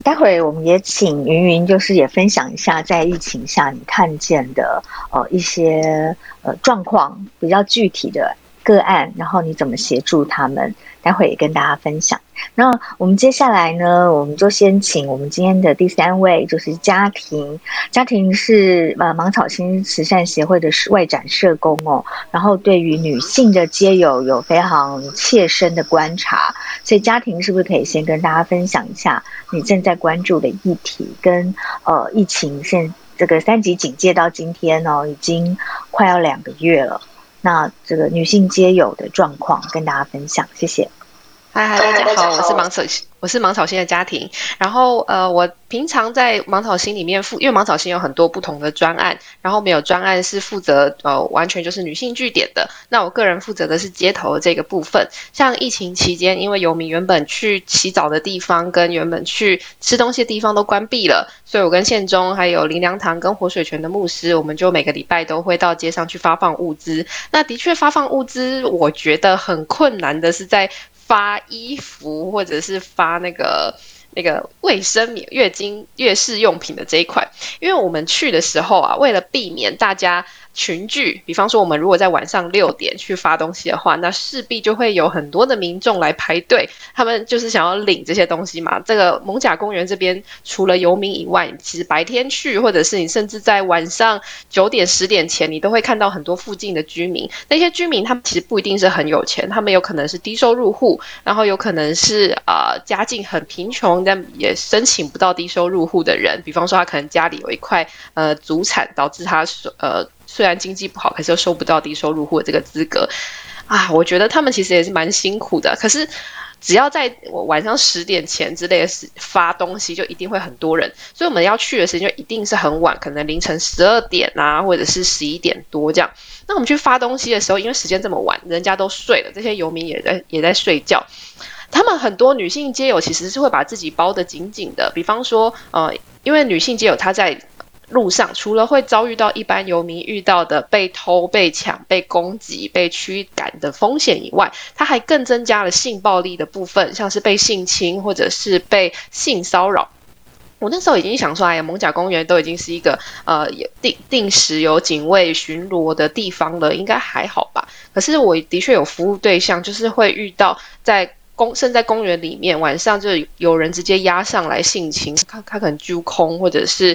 待会我们也请云云，就是也分享一下在疫情下你看见的一些状况，比较具体的个案，然后你怎么协助他们，待会也跟大家分享。那我们接下来呢，我们就先请我们今天的第三位，就是家庭。家庭是芒草心慈善协会的外展社工哦，然后对于女性的街友有非常切身的观察，所以家庭是不是可以先跟大家分享一下你正在关注的议题，跟疫情这个3级警戒到今天哦，已经快要2个月了。那这个女性街友的状况跟大家分享，谢谢。 嗨嗨，大家好，我是芒草心的家庭。然后我平常在芒草心里面因为芒草心有很多不同的专案，然后我们有专案是负责完全就是女性据点的。那我个人负责的是街头的这个部分。像疫情期间，因为游民原本去洗澡的地方跟原本去吃东西的地方都关闭了，所以我跟宪忠还有林良堂跟活水泉的牧师，我们就每个礼拜都会到街上去发放物资。那的确发放物资，我觉得很困难的是在发衣服或者是发那个卫生棉、月经、月事用品的这一块，因为我们去的时候啊，为了避免大家群聚，比方说我们如果在晚上6点去发东西的话，那势必就会有很多的民众来排队，他们就是想要领这些东西嘛。这个艋舺公园这边除了游民以外，其实白天去，或者是你甚至在晚上9点、10点前，你都会看到很多附近的居民。那些居民他们其实不一定是很有钱，他们有可能是低收入户，然后有可能是家境很贫穷，但也申请不到低收入户的人。比方说他可能家里有一块祖产，导致他虽然经济不好，可是又收不到低收入户的这个资格啊。我觉得他们其实也是蛮辛苦的，可是只要在晚上10点前之类的发东西，就一定会很多人，所以我们要去的时间就一定是很晚，可能凌晨12点啊，或者是11点多这样。那我们去发东西的时候，因为时间这么晚，人家都睡了，这些游民也在睡觉。他们很多女性街友其实是会把自己包得紧紧的，比方说，因为女性街友她在路上除了会遭遇到一般游民遇到的被偷、被抢、被攻击、被驱赶的风险以外，它还更增加了性暴力的部分，像是被性侵或者是被性骚扰。我那时候已经想说，哎呀，艋舺公园都已经是一个定时有警卫巡逻的地方了，应该还好吧？可是我的确有服务对象，就是会遇到甚至在公园里面，晚上就有人直接压上来性侵，他可能揪空，或者是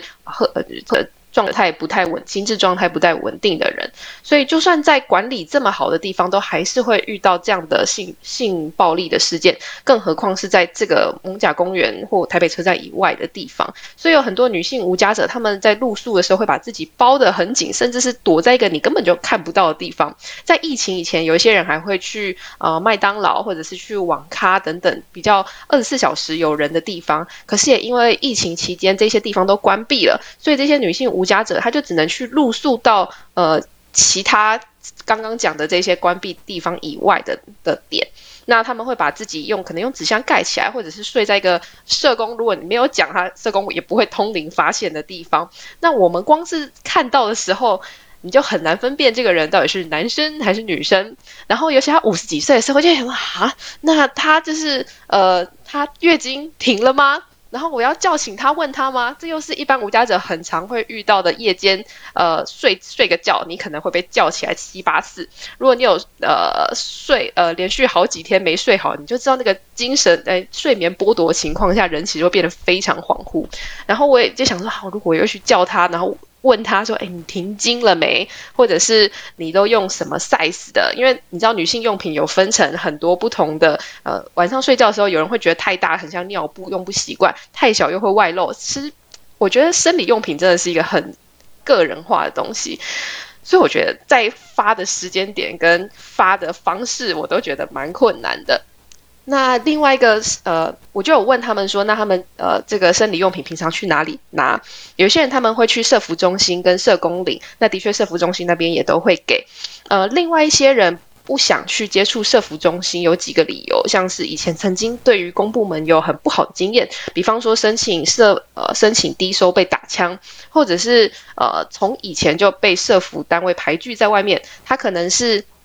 心智状态不太稳定的人，所以就算在管理这么好的地方，都还是会遇到这样的性暴力的事件，更何况是在这个艋舺公园或台北车站以外的地方。所以有很多女性无家者，她们在露宿的时候会把自己包得很紧，甚至是躲在一个你根本就看不到的地方。在疫情以前，有一些人还会去麦当劳或者是去网咖等等比较24小时有人的地方，可是也因为疫情期间这些地方都关闭了，所以这些女性无家者她就只能去露宿到其他刚刚讲的这些关闭地方以外的点。那他们会把自己可能用纸箱盖起来，或者是睡在一个社工，如果你没有讲，他社工也不会通灵发现的地方。那我们光是看到的时候，你就很难分辨这个人到底是男生还是女生。然后尤其他50几岁的时候，就想啊，那他就是他月经停了吗？然后我要叫醒他问他吗？这又是一般无家者很常会遇到的夜间睡个觉，你可能会被叫起来7、8次。如果你有连续好几天没睡好，你就知道那个精神睡眠剥夺的情况下，人其实会变得非常恍惚。然后我也就想说，好，如果我又去叫他，然后问他说：“哎，你停经了没？或者是你都用什么 size 的？因为你知道女性用品有分成很多不同的，晚上睡觉的时候，有人会觉得太大，很像尿布，用不习惯；太小又会外露。其实我觉得生理用品真的是一个很个人化的东西，所以我觉得在发的时间点跟发的方式，我都觉得蛮困难的。那另外一个我就有问他们说，那他们这个生理用品平常去哪里拿？有些人他们会去社福中心跟社工领，那的确社福中心那边也都会给。另外一些人不想去接触社福中心，有几个理由，像是以前曾经对于公部门有很不好的经验，比方说申请低收被打枪，或者是从以前就被社福单位排拒在外面，他可能是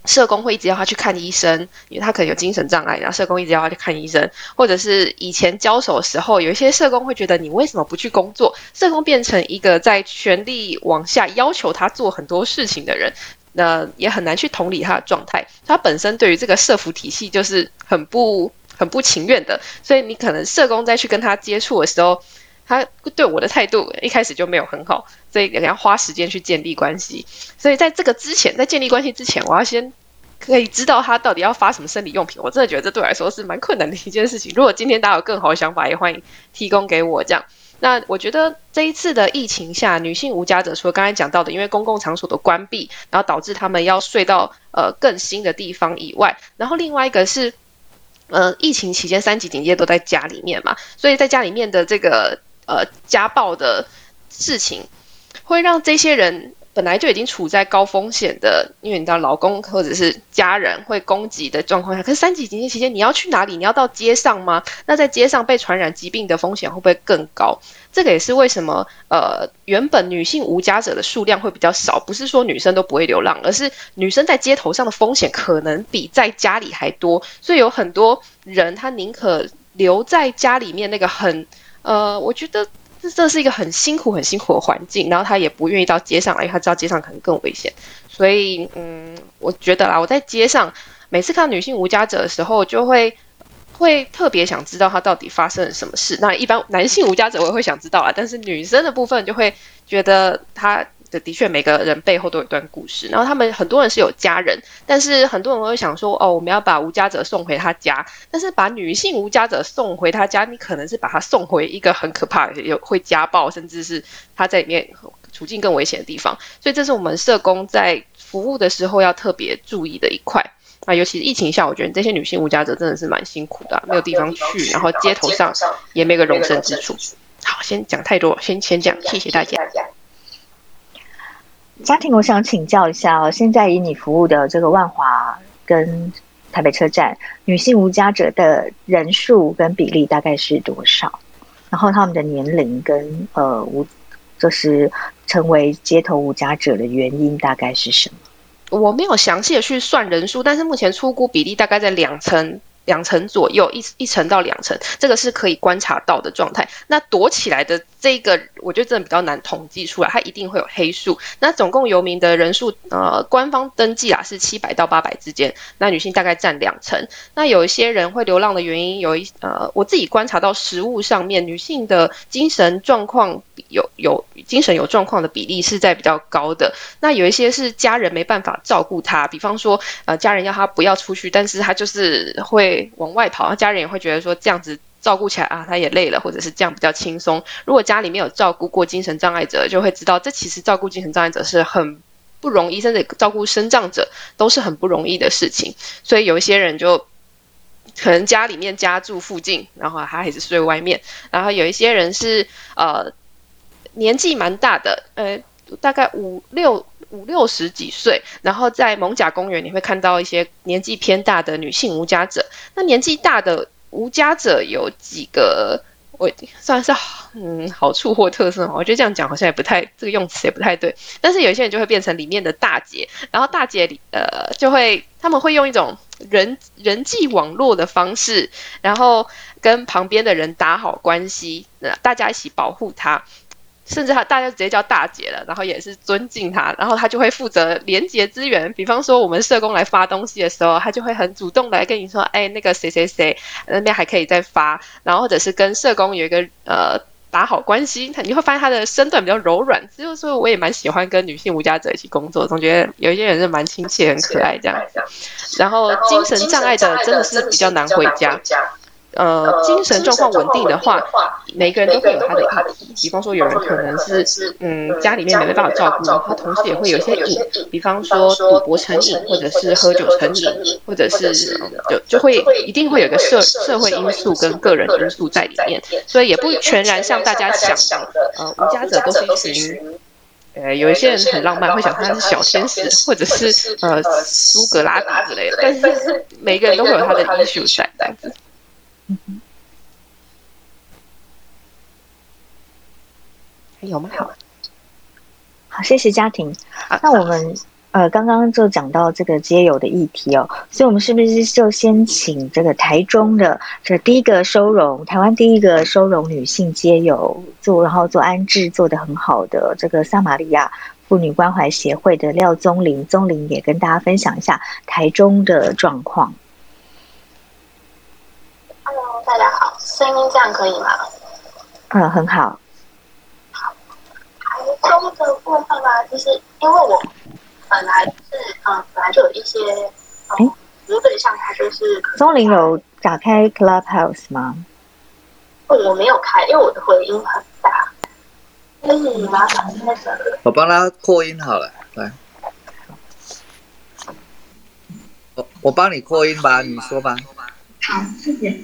社工会一直要他去看医生，因为他可能有精神障碍，然后社工一直要他去看医生，或者是以前交手的时候，有一些社工会觉得你为什么不去工作？社工变成一个在权力往下要求他做很多事情的人，也很难去同理他的状态。他本身对于这个社福体系就是很不情愿的，所以你可能社工在去跟他接触的时候，他对我的态度一开始就没有很好，所以要花时间去建立关系。所以在这个之前，在建立关系之前，我要先可以知道他到底要发什么生理用品。我真的觉得这对我来说是蛮困难的一件事情。如果今天大家有更好的想法，也欢迎提供给我这样。那我觉得这一次的疫情下，女性无家者除了刚才讲到的，因为公共场所的关闭，然后导致他们要睡到更新的地方以外，然后另外一个是疫情期间3级警戒都在家里面嘛，所以在家里面的这个家暴的事情，会让这些人本来就已经处在高风险的，因为你知道老公或者是家人会攻击的状况下，可是3级警戒期间你要去哪里？你要到街上吗？那在街上被传染疾病的风险会不会更高？这个也是为什么原本女性无家者的数量会比较少，不是说女生都不会流浪，而是女生在街头上的风险可能比在家里还多，所以有很多人他宁可留在家里面那个我觉得这是一个很辛苦的环境，然后他也不愿意到街上来，因为他知道街上可能更危险。所以我觉得啦，我在街上每次看到女性无家者的时候，就会特别想知道他到底发生了什么事。那一般男性无家者我也会想知道啦，但是女生的部分就会觉得他的确每个人背后都有一段故事，然后他们很多人是有家人，但是很多人会想说，我们要把无家者送回他家，但是把女性无家者送回他家，你可能是把他送回一个很可怕的、有会家暴，甚至是他在里面处境更危险的地方，所以这是我们社工在服务的时候要特别注意的一块。尤其是疫情下，我觉得这些女性无家者真的是蛮辛苦的，没有地方去，然后街头上也没有个容身之处。好，先讲太多，先讲，谢谢大家。 家庭，我想请教一下哦，现在以你服务的这个万华跟台北车站，女性无家者的人数跟比例大概是多少？然后他们的年龄跟就是成为街头无家者的原因大概是什么？ 我没有详细的去算人数，但是目前初估比例大概在2成左右，一成到2成，这个是可以观察到的状态。那躲起来的这个，我觉得真的比较难统计出来，它一定会有黑数。那总共游民的人数，官方登记是700到800之间，那女性大概占2成。那有一些人会流浪的原因，我自己观察到实务上面，女性的精神状况精神有状况的比例是在比较高的。那有一些是家人没办法照顾她，比方说家人要她不要出去，但是她就是会往外跑，家人也会觉得说这样子照顾起来她也累了，或者是这样比较轻松。如果家里面有照顾过精神障碍者，就会知道这其实照顾精神障碍者是很不容易，甚至照顾身障者都是很不容易的事情。所以有一些人就可能家里面家住附近，然后他还是睡外面。然后有一些人是年纪蛮大的，大概五六十几岁，然后在艋舺公园你会看到一些年纪偏大的女性无家者。那年纪大的无家者有几个，我算是好处或特色，我觉得这样讲好像也不太，这个用词也不太对。但是有些人就会变成里面的大姐，然后大姐他们会用一种人际网络的方式，然后跟旁边的人打好关系，大家一起保护她。甚至大家直接叫大姐了，然后也是尊敬她，然后她就会负责连结资源。比方说我们社工来发东西的时候，她就会很主动来跟你说，那个谁谁谁那边还可以再发，然后或者是跟社工有一个打好关系，你会发现她的身段比较柔软。就是说我也蛮喜欢跟女性无家者一起工作，总觉得有一些人是蛮亲切很可爱这样。然后精神障碍的真的是比较难回家。精神状况稳定的话，每个人都会有他的议题。比方说，有人可能是家里面没办法照顾，他同时也会有一些瘾，比方说赌博成瘾，或者是喝酒成瘾，或者是就会一定会有一个社会因素跟个人因素在里面，所以也不全然像大家想的，无家者都是一群。有一些人很浪漫，会想他是小天使，或者是苏格拉底之类的，但是每个人都会有他的 issue 在这样子。还有吗？ 好，谢谢家庭。那我们刚刚就讲到这个街友的议题哦，所以我们是不是就先请这个台中的第一个收容，台湾第一个收容女性街友然后做安置做得很好的这个撒玛利亚妇女关怀协会的廖宗玲，宗玲也跟大家分享一下台中的状况。 Hello， 大家好，声音这样可以吗？ 很好。 好，台中的部分吧，就是因为我本来就有一些对象，他就是宗玲有打开 Clubhouse 吗？ 我没有开，因为我的回音很大。就是你麻烦那个， 我帮他扩音好了，来，我帮你扩音吧，你说吧。 好，谢谢。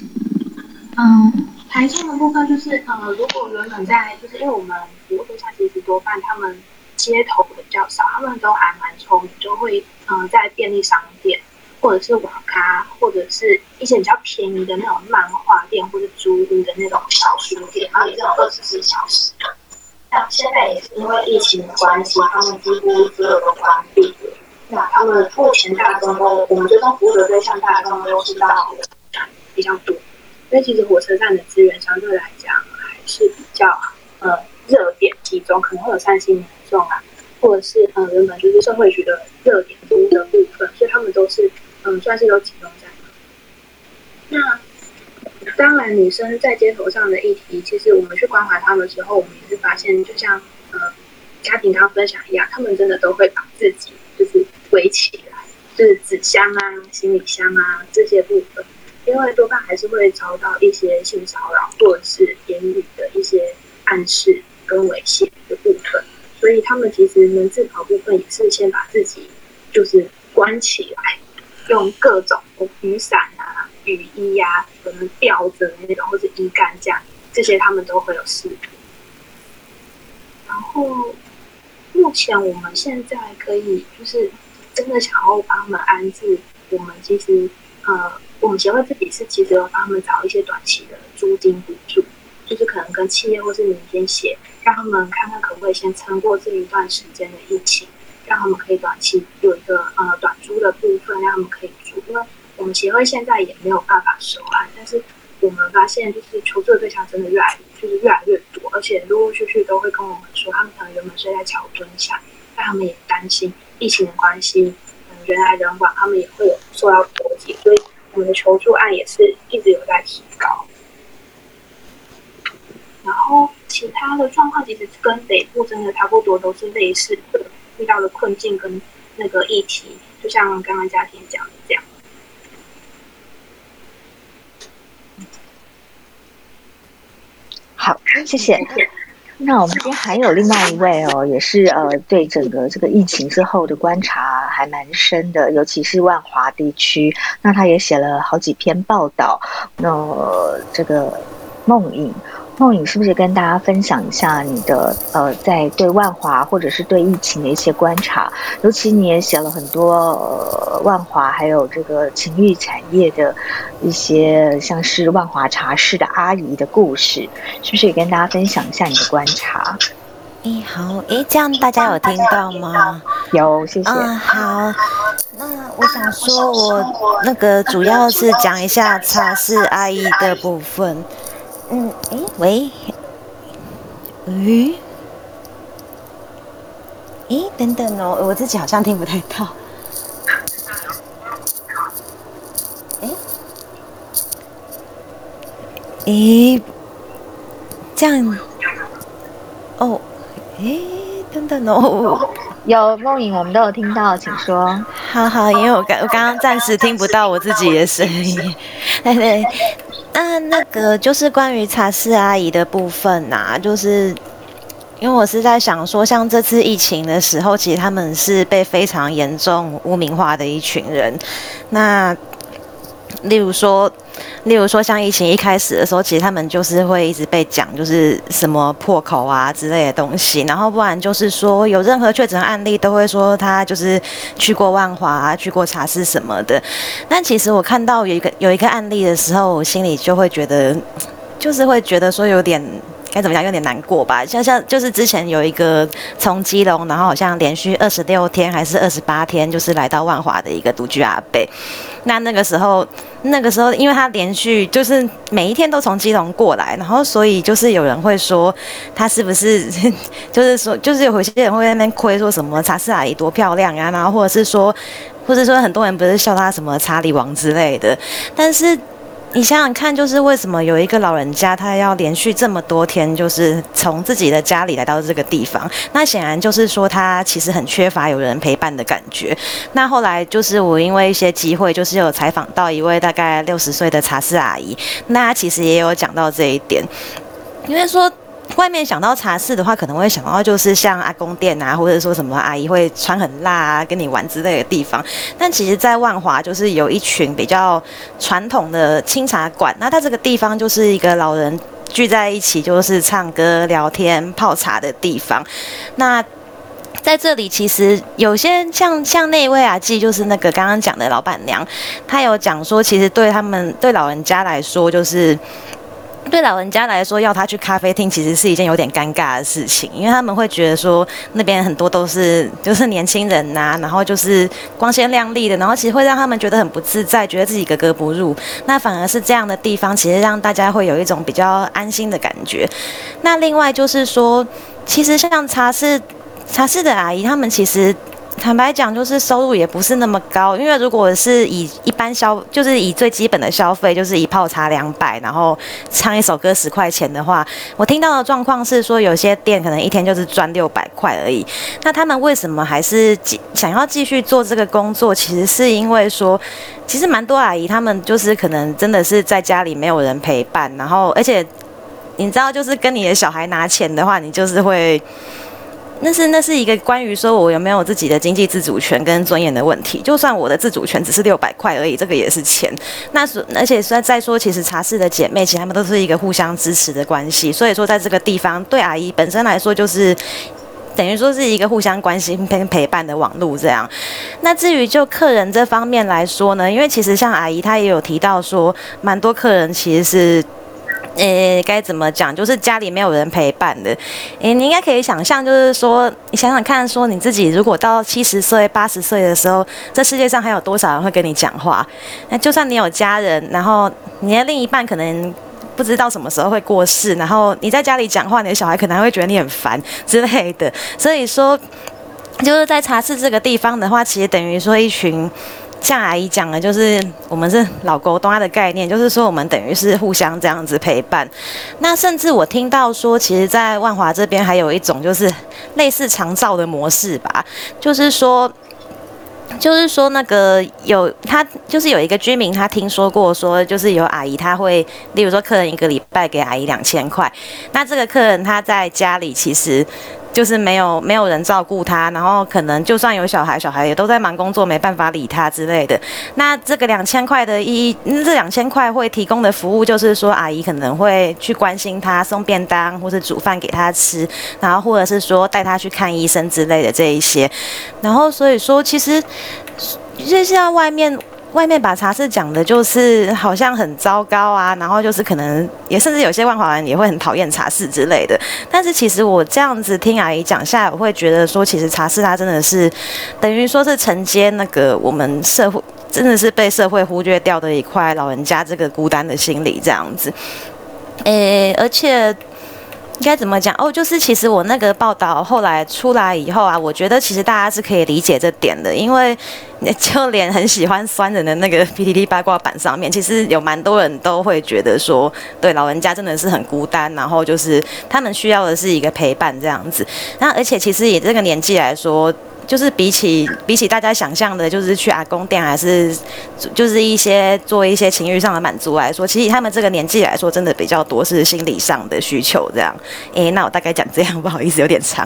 台中的部分就是，如果原本在，就是因为我们服务对象其实多半他们街头的比较少，他们都还蛮聪明，就会在便利商店或者是网咖，或者是一些比较便宜的那种漫画店或者租屋的那种小书店，然后也是有24小时的。那现在也是因为疫情的关系，他们几乎所有都关闭了。那他们目前大众都，我们这种服务的对象大众都是到比较多。因为其实火车站的资源相对来讲还是比较热点集中，可能会有3星民众啊，或者是原本就是社会局的热点服务的部分，所以他们都是算是都集中在那。那当然，女生在街头上的议题，其实我们去关怀他们的时候，我们也是发现，就像家庭刚刚分享一样，他们真的都会把自己就是围起来，就是纸箱啊、行李箱啊这些部分。因为多半还是会遭到一些性骚扰或者是言语的一些暗示跟猥亵的部分，所以他们其实能自保部分也是先把自己就是关起来，用各种雨伞啊、雨衣啊，可能吊着的那种，或是衣杆这样，这些他们都会有试图。然后目前我们现在可以就是真的想要帮他们安置，我们其实我们协会自己是其实有帮他们找一些短期的租金补助，就是可能跟企业或是民间协，让他们看看可不可以先撑过这一段时间的疫情，让他们可以短期有一个短租的部分，让他们可以住。因为我们协会现在也没有办法收案，但是我们发现就是求助的对象真的越来越多，而且陆陆续续都会跟我们说，他们可能原本睡在桥墩下，但他们也担心疫情的关系，人来人往，他们也会有受到波及，所以我们的求助案也是一直有在提高。然后其他的状况其实跟北部真的差不多，都是类似的遇到的困境跟那个议题，就像刚刚家庭讲的这样。 好，谢谢。那我们今天还有另外一位哦，也是对整个这个疫情之后的观察还蛮深的，尤其是万华地区。那他也写了好几篇报道。那这个梦颖是不是跟大家分享一下你的在对万华或者是对疫情的一些观察？尤其你也写了很多万华还有这个情欲产业的一些，像是万华茶室的阿姨的故事，是不是也跟大家分享一下你的观察？ 好，这样大家有听到吗？ 有，谢谢。 好，那我想说，我那个主要是讲一下茶室阿姨的部分。喂，等等哦，我自己好像听不太到。这样，等等哦。 有梦颖，我们都有听到，请说。 好，因为我刚刚暂时听不到我自己的声音。对，那个就是关于茶室阿姨的部分啊，就是因为我是在想说，像这次疫情的时候，其实他们是被非常严重污名化的一群人。那例如说像疫情一开始的时候，其实他们就是会一直被讲就是什么破口啊之类的东西，然后不然就是说有任何确诊案例都会说他就是去过万华啊，去过茶室什么的。但其实我看到有一个案例的时候，我心里就会觉得，就是会觉得说有点该怎么讲，有点难过吧。像就是之前有一个从基隆，然后好像连续26天还是28天，就是来到万华的一个独居阿伯。那个时候，因为他连续就是每一天都从基隆过来，然后所以就是有人会说他是不是就是说就是有些人会在那边亏说什么茶室阿姨多漂亮啊，然后或者说很多人不是笑他什么查理王之类的，但是你想想看，就是为什么有一个老人家他要连续这么多天，就是从自己的家里来到这个地方？那显然就是说他其实很缺乏有人陪伴的感觉。那后来就是我因为一些机会，就是有采访到一位大概60岁的茶室阿姨，那她其实也有讲到这一点，因为说。外面想到茶室的话，可能会想到就是像阿公店啊，或者说什么阿姨会穿很辣啊，跟你玩之类的地方。但其实，在万华就是有一群比较传统的清茶馆，那它这个地方就是一个老人聚在一起，就是唱歌、聊天、泡茶的地方。那在这里，其实有些像那位阿纪，就是那个刚刚讲的老板娘，她有讲说，其实对老人家来说，就是对老人家来说，要他去咖啡厅，其实是一件有点尴尬的事情，因为他们会觉得说那边很多都是就是年轻人呐、然后就是光鲜亮丽的，然后其实会让他们觉得很不自在，觉得自己格格不入。那反而是这样的地方，其实让大家会有一种比较安心的感觉。那另外就是说，其实像茶室的阿姨，他们其实。坦白讲，就是收入也不是那么高，因为如果是以一般就是以最基本的消费，就是一泡茶200，然后唱一首歌10块钱的话，我听到的状况是说，有些店可能一天就是赚600块而已。那他们为什么还是想要继续做这个工作？其实是因为说，其实蛮多阿姨他们就是可能真的是在家里没有人陪伴，然后而且你知道，就是跟你的小孩拿钱的话，你就是会。那是一个关于说我有没有自己的经济自主权跟尊严的问题。就算我的自主权只是600块而已，这个也是钱。那而且再说，其实茶室的姐妹，其实她们都是一个互相支持的关系。所以说，在这个地方，对阿姨本身来说，就是等于说是一个互相关心跟陪伴的网路这样。那至于就客人这方面来说呢，因为其实像阿姨她也有提到说，蛮多客人其实是。该怎么讲？就是家里没有人陪伴的。你应该可以想象，就是说，你想想看，说你自己如果到70岁、80岁的时候，这世界上还有多少人会跟你讲话？那就算你有家人，然后你的另一半可能不知道什么时候会过世，然后你在家里讲话，你的小孩可能还会觉得你很烦之类的。所以说，就是在茶室这个地方的话，其实等于说一群。像阿姨讲的，就是我们是老沟通的概念，就是说我们等于是互相这样子陪伴。那甚至我听到说，其实，在万华这边还有一种就是类似长照的模式吧，就是说那个他就是有一个居民，他听说过说，就是有阿姨他会，例如说客人1个礼拜给阿姨2000块，那这个客人他在家里其实。就是没有人照顾他，然后可能就算有小孩也都在忙工作，没办法理他之类的。那这个2000块的这2000块会提供的服务，就是说阿姨可能会去关心他，送便当或是煮饭给他吃，然后或者是说带他去看医生之类的这一些。然后所以说，其实就像外面把茶室讲的就是好像很糟糕啊，然后就是可能也甚至有些万华人也会很讨厌茶室之类的。但是其实我这样子听阿姨讲下来，我会觉得说，其实茶室它真的是等于说是承接那个我们社会真的是被社会忽略掉的一块老人家这个孤单的心理这样子。而且。应该怎么讲？就是其实我那个报道后来出来以后啊，我觉得其实大家是可以理解这点的，因为就连很喜欢酸人的那个 PTT 八卦版上面，其实有蛮多人都会觉得说，对老人家真的是很孤单，然后就是他们需要的是一个陪伴这样子。那而且其实以这个年纪来说。就是比起大家想象的，就是去阿公店还是就是做一些情欲上的满足来说，其实他们这个年纪来说，真的比较多是心理上的需求这样。那我大概讲这样，不好意思，有点长。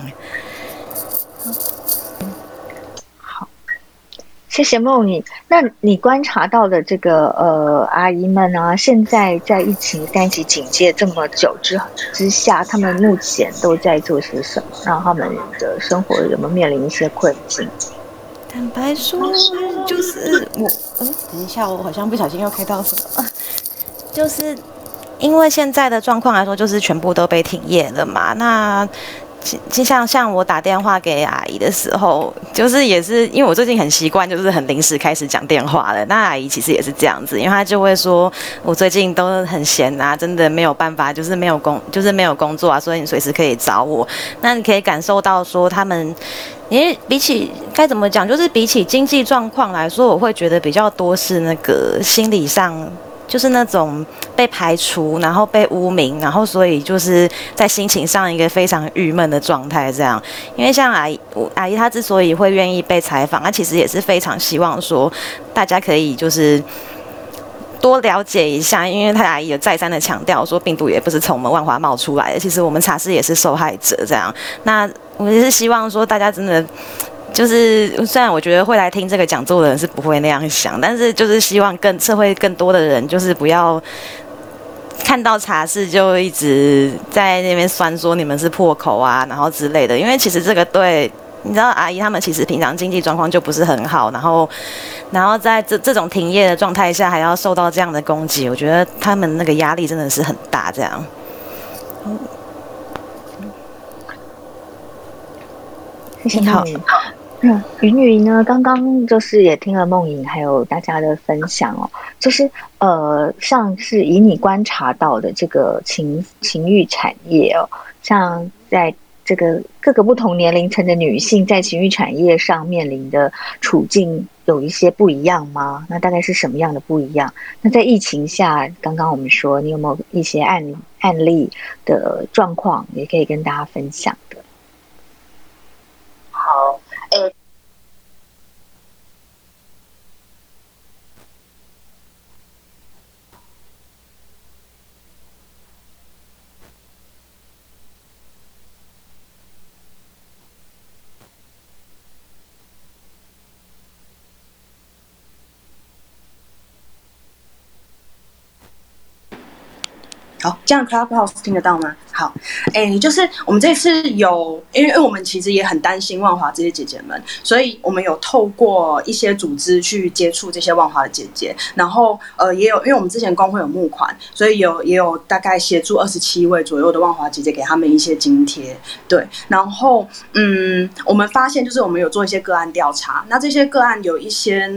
好，谢谢梦妮。那你观察到的这个阿姨们啊，现在在疫情3级警戒这么久之下，他们目前都在做些什么？让他们的生活有没有面临一些困境？ 坦白说，就是等一下，我好像不小心又开到什么，就是因为现在的状况来说，就是全部都被停业了嘛。那就像我打电话给阿姨的时候，就是也是因为我最近很习惯，就是很临时开始讲电话了。那阿姨其实也是这样子，因为她就会说我最近都很闲啊，真的没有办法，就是没有工作啊，所以你随时可以找我。那你可以感受到说他们。因为比起该怎么讲，就是比起经济状况来说，我会觉得比较多是那个心理上，就是那种被排除，然后被污名，然后所以就是在心情上一个非常郁闷的状态这样。因为像阿姨她之所以会愿意被采访，她其实也是非常希望说大家可以就是多了解一下，因为他阿姨有再三的强调说，病毒也不是从我们万华冒出来的，其实我们茶室也是受害者这样。那我也是希望说，大家真的就是，虽然我觉得会来听这个讲座的人是不会那样想，但是就是希望社会更多的人，就是不要看到茶室就一直在那边酸说你们是破口啊，然后之类的，因为其实这个对。你知道阿姨他们其实平常经济状况就不是很好，然后在这种停业的状态下还要受到这样的攻击，我觉得他们那个压力真的是很大。这样， 谢谢梦莹。云云呢，刚刚就是也听了梦莹还有大家的分享哦，就是像是以你观察到的这个情欲产业哦，像在这个各个不同年龄层的女性在情欲产业上面临的处境有一些不一样吗？那大概是什么样的不一样？那在疫情下，刚刚我们说你有没有一些案例的状况，也可以跟大家分享的？ 好， 好，这样 Clubhouse 听得到吗？好，就是我们这次有，因为我们其实也很担心万华这些姐姐们，所以我们有透过一些组织去接触这些万华的姐姐，然后也有，因为我们之前工会有募款，所以也有大概协助27位左右的万华姐姐，给他们一些津贴。对，然后我们发现就是我们有做一些个案调查，那这些个案有一些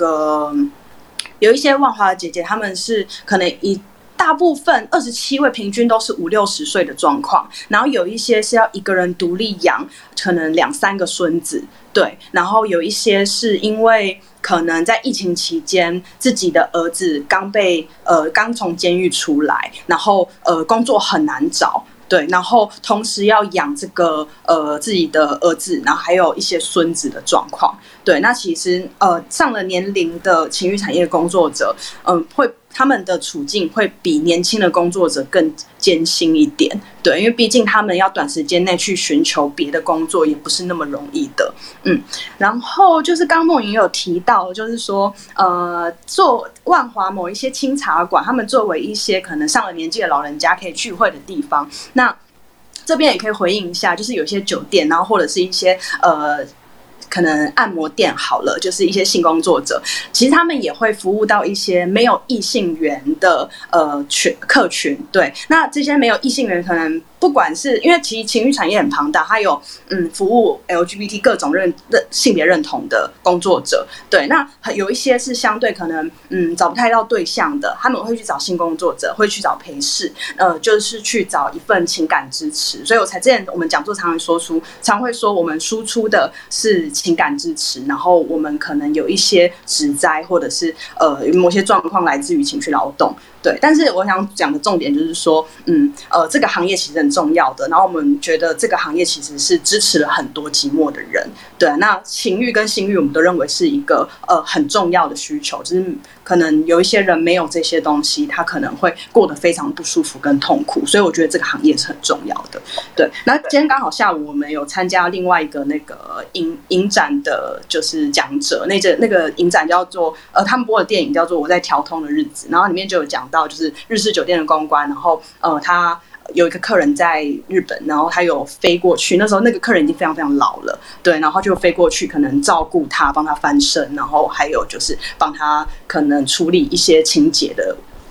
万华的姐姐，她们是可能大部分27位平均都是50-60岁的状况，然后有一些是要一个人独立养，可能2-3个孙子，对，然后有一些是因为可能在疫情期间自己的儿子刚从监狱出来，然后工作很难找。对，然后同时要养这个自己的儿子，然后还有一些孙子的状况。对，那其实上了年龄的情欲产业工作者，他们的处境会比年轻的工作者更艰辛一点。对，因为毕竟他们要短时间内去寻求别的工作，也不是那么容易的。然后就是刚梦莹有提到，就是说做万华某一些清茶馆，他们作为一些可能上了年纪的老人家可以聚会的地方，那这边也可以回应一下，就是有些酒店，然后或者是一些可能按摩店好了，就是一些性工作者，其实他们也会服务到一些没有异性缘的客群。对，那这些没有异性缘可能不管是因为其实情欲产业很庞大，它有服务 LGBT 各种性别认同的工作者。对，那有一些是相对可能找不太到对象的，他们会去找性工作者，会去找陪侍，就是去找一份情感支持。所以我之前我们讲座常会说我们输出的是情感支持，然后我们可能有一些职灾或者是某些状况来自于情绪劳动。对，但是我想讲的重点就是说，这个行业其实很重要的，然后我们觉得这个行业其实是支持了很多寂寞的人。对，那情欲跟性欲我们都认为是一个很重要的需求，就是可能有一些人没有这些东西，他可能会过得非常不舒服跟痛苦，所以我觉得这个行业是很重要的。对，那今天刚好下午我们有参加另外一个那个影展的，就是讲者，那个影展叫做他们播的电影叫做《我在调通的日子》，然后里面就有讲到就是日式酒店的公关，然后他有一个客人在日本，然后他有飞过去，那时候那个客人已经非常非常老了，对，然后就飞过去可能照顾他，帮他翻身，然后还有就是帮他可能处理一些清洁的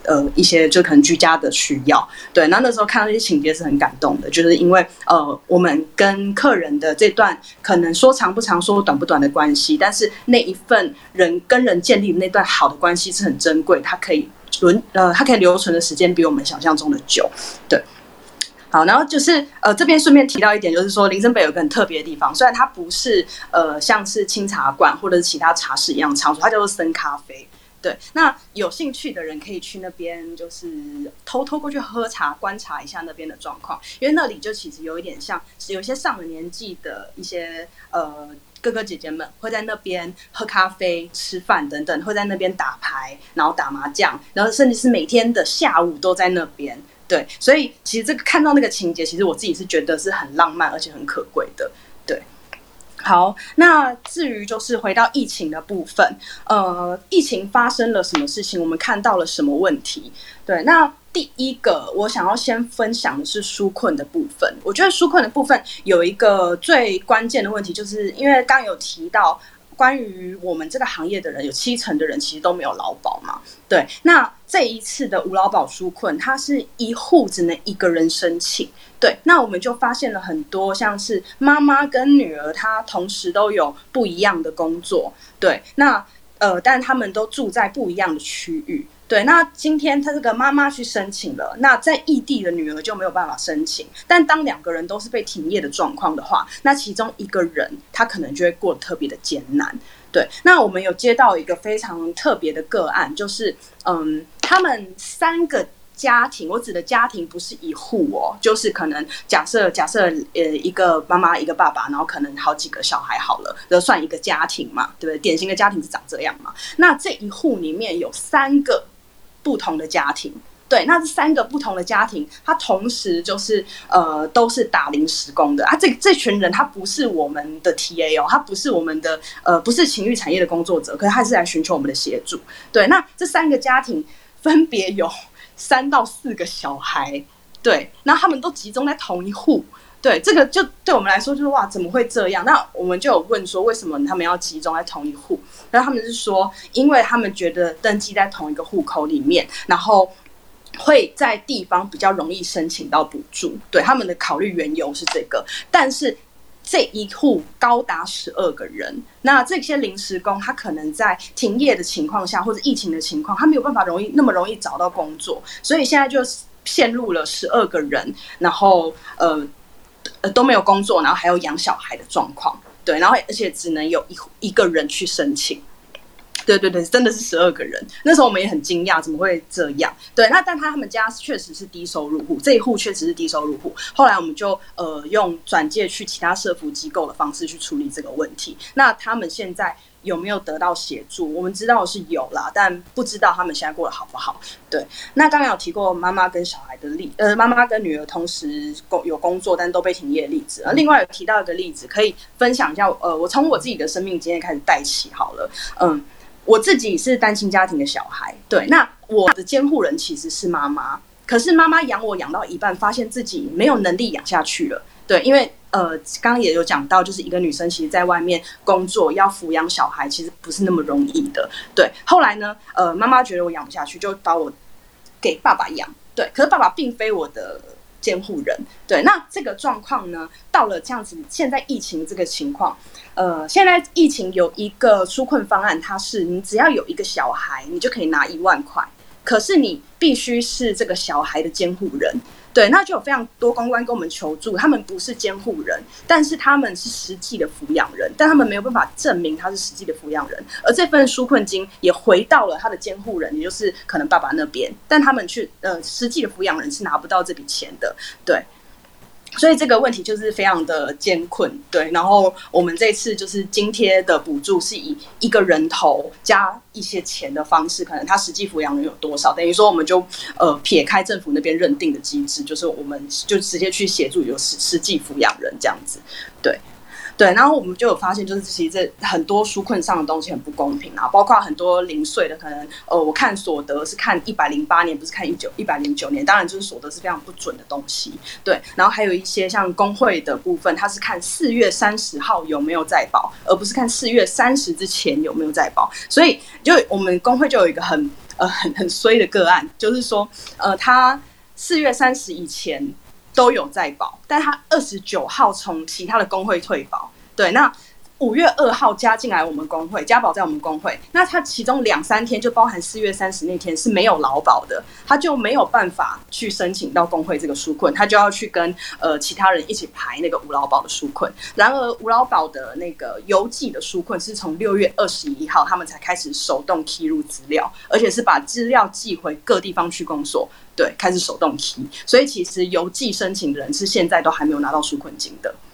一些就可能居家的需要。对，那时候看到这些情节是很感动的，就是因为我们跟客人的这段可能说长不长说短不短的关系，但是那一份人跟人建立的那段好的关系是很珍贵，它可以留存的时间比我们想象中的久。对。好，然后就是这边顺便提到一点，就是说林森北有个很特别的地方，虽然它不是像是清茶馆或者是其他茶室一样场所，它叫做森咖啡。对，那有兴趣的人可以去那边，就是偷偷过去喝茶，观察一下那边的状况，因为那里就其实有一点像，有一些上了年纪的一些哥哥姐姐们会在那边喝咖啡、吃饭等等，会在那边打牌，然后打麻将，然后甚至是每天的下午都在那边。对，所以其实这个看到那个情节，其实我自己是觉得是很浪漫而且很可贵的。对，好，那至于就是回到疫情的部分，疫情发生了什么事情，我们看到了什么问题？对，那第一个我想要先分享的是纾困的部分。我觉得纾困的部分有一个最关键的问题，就是因为刚刚有提到。关于我们这个行业的人，有70%的人其实都没有劳保嘛。对，那这一次的无劳保纾困，它是一户只能一个人申请。对，那我们就发现了很多像是妈妈跟女儿，她同时都有不一样的工作。对，那但他们都住在不一样的区域。对，那今天他这个妈妈去申请了，那在异地的女儿就没有办法申请。但当2个人都是被停业的状况的话，那其中一个人他可能就会过得特别的艰难。对，那我们有接到一个非常特别的个案，就是他们3个家庭，我指的家庭不是一户哦，就是可能假设一个妈妈一个爸爸，然后可能好几个小孩好了，就算一个家庭嘛，对不对？典型的家庭是长这样嘛。那这一户里面有3个不同的家庭。对，那这3个不同的家庭，他同时就是都是打临时工的啊。这群人他不是我们的 TA 哦，他不是我们的不是情欲产业的工作者，可是他是来寻求我们的协助。对，那这3个家庭分别有3到4个小孩，对，那他们都集中在同一户。对，这个就对我们来说就是哇，怎么会这样？那我们就有问说，为什么他们要集中在同一户？然后他们是说，因为他们觉得登记在同一个户口里面，然后会在地方比较容易申请到补助。对，他们的考虑缘由是这个，但是这一户高达12个人，那这些临时工他可能在停业的情况下或者疫情的情况，他没有办法那么容易找到工作，所以现在就陷入了12个人，然后都没有工作，然后还有养小孩的状况。对，然后而且只能有一个人去申请。对对对，真的是12个人。那时候我们也很惊讶，怎么会这样？对，那但他们家确实是低收入户，这一户确实是低收入户。后来我们就用转介去其他社福机构的方式去处理这个问题。那他们现在有没有得到协助？我们知道是有啦，但不知道他们现在过得好不好。对，那刚刚有提过妈妈跟小孩的妈妈跟女儿同时有工作，但都被停业的例子。另外有提到一个例子，可以分享一下。我从我自己的生命经验开始带起好了。我自己是单亲家庭的小孩，对，那我的监护人其实是妈妈，可是妈妈养我养到一半，发现自己没有能力养下去了。对，因为刚刚也有讲到，就是一个女生其实在外面工作要抚养小孩，其实不是那么容易的。对，后来呢，妈妈觉得我养不下去，就把我给爸爸养。对，可是爸爸并非我的监护人。对，那这个状况呢，到了这样子，现在疫情这个情况，现在疫情有一个纾困方案，它是你只要有一个小孩，你就可以拿1万块，可是你必须是这个小孩的监护人。对，那就有非常多公关跟我们求助，他们不是监护人，但是他们是实际的抚养人，但他们没有办法证明他是实际的抚养人，而这份纾困金也回到了他的监护人，也就是可能爸爸那边，但他们去实际的抚养人是拿不到这笔钱的。对，所以这个问题就是非常的艰困。对，然后我们这次就是津贴的补助是以一个人头加一些钱的方式，可能他实际抚养人有多少，等于说我们就撇开政府那边认定的机制，就是我们就直接去协助有实际抚养人这样子。对。对，然后我们就有发现，就是其实这很多纾困上的东西很不公平啊，包括很多零碎的，可能我看所得是看108年，不是看109年，当然就是所得是非常不准的东西。对，然后还有一些像工会的部分，它是看4月30号有没有在保，而不是看4月30之前有没有在保，所以就我们工会就有一个很很衰的个案，就是说他4月30以前都有在保，但他29号从其他的工会退保，对，那5月2号加进来我们工会，加保在我们工会，那他其中2-3天就包含4月30那天是没有劳保的，他就没有办法去申请到工会这个纾困，他就要去跟其他人一起排那个无劳保的纾困。然而无劳保的那个邮寄的纾困是从6月21号他们才开始手动 key 入资料，而且是把资料寄回各地方区公所，对，开始手动 key， 所以其实邮寄申请的人是现在都还没有拿到纾困金的。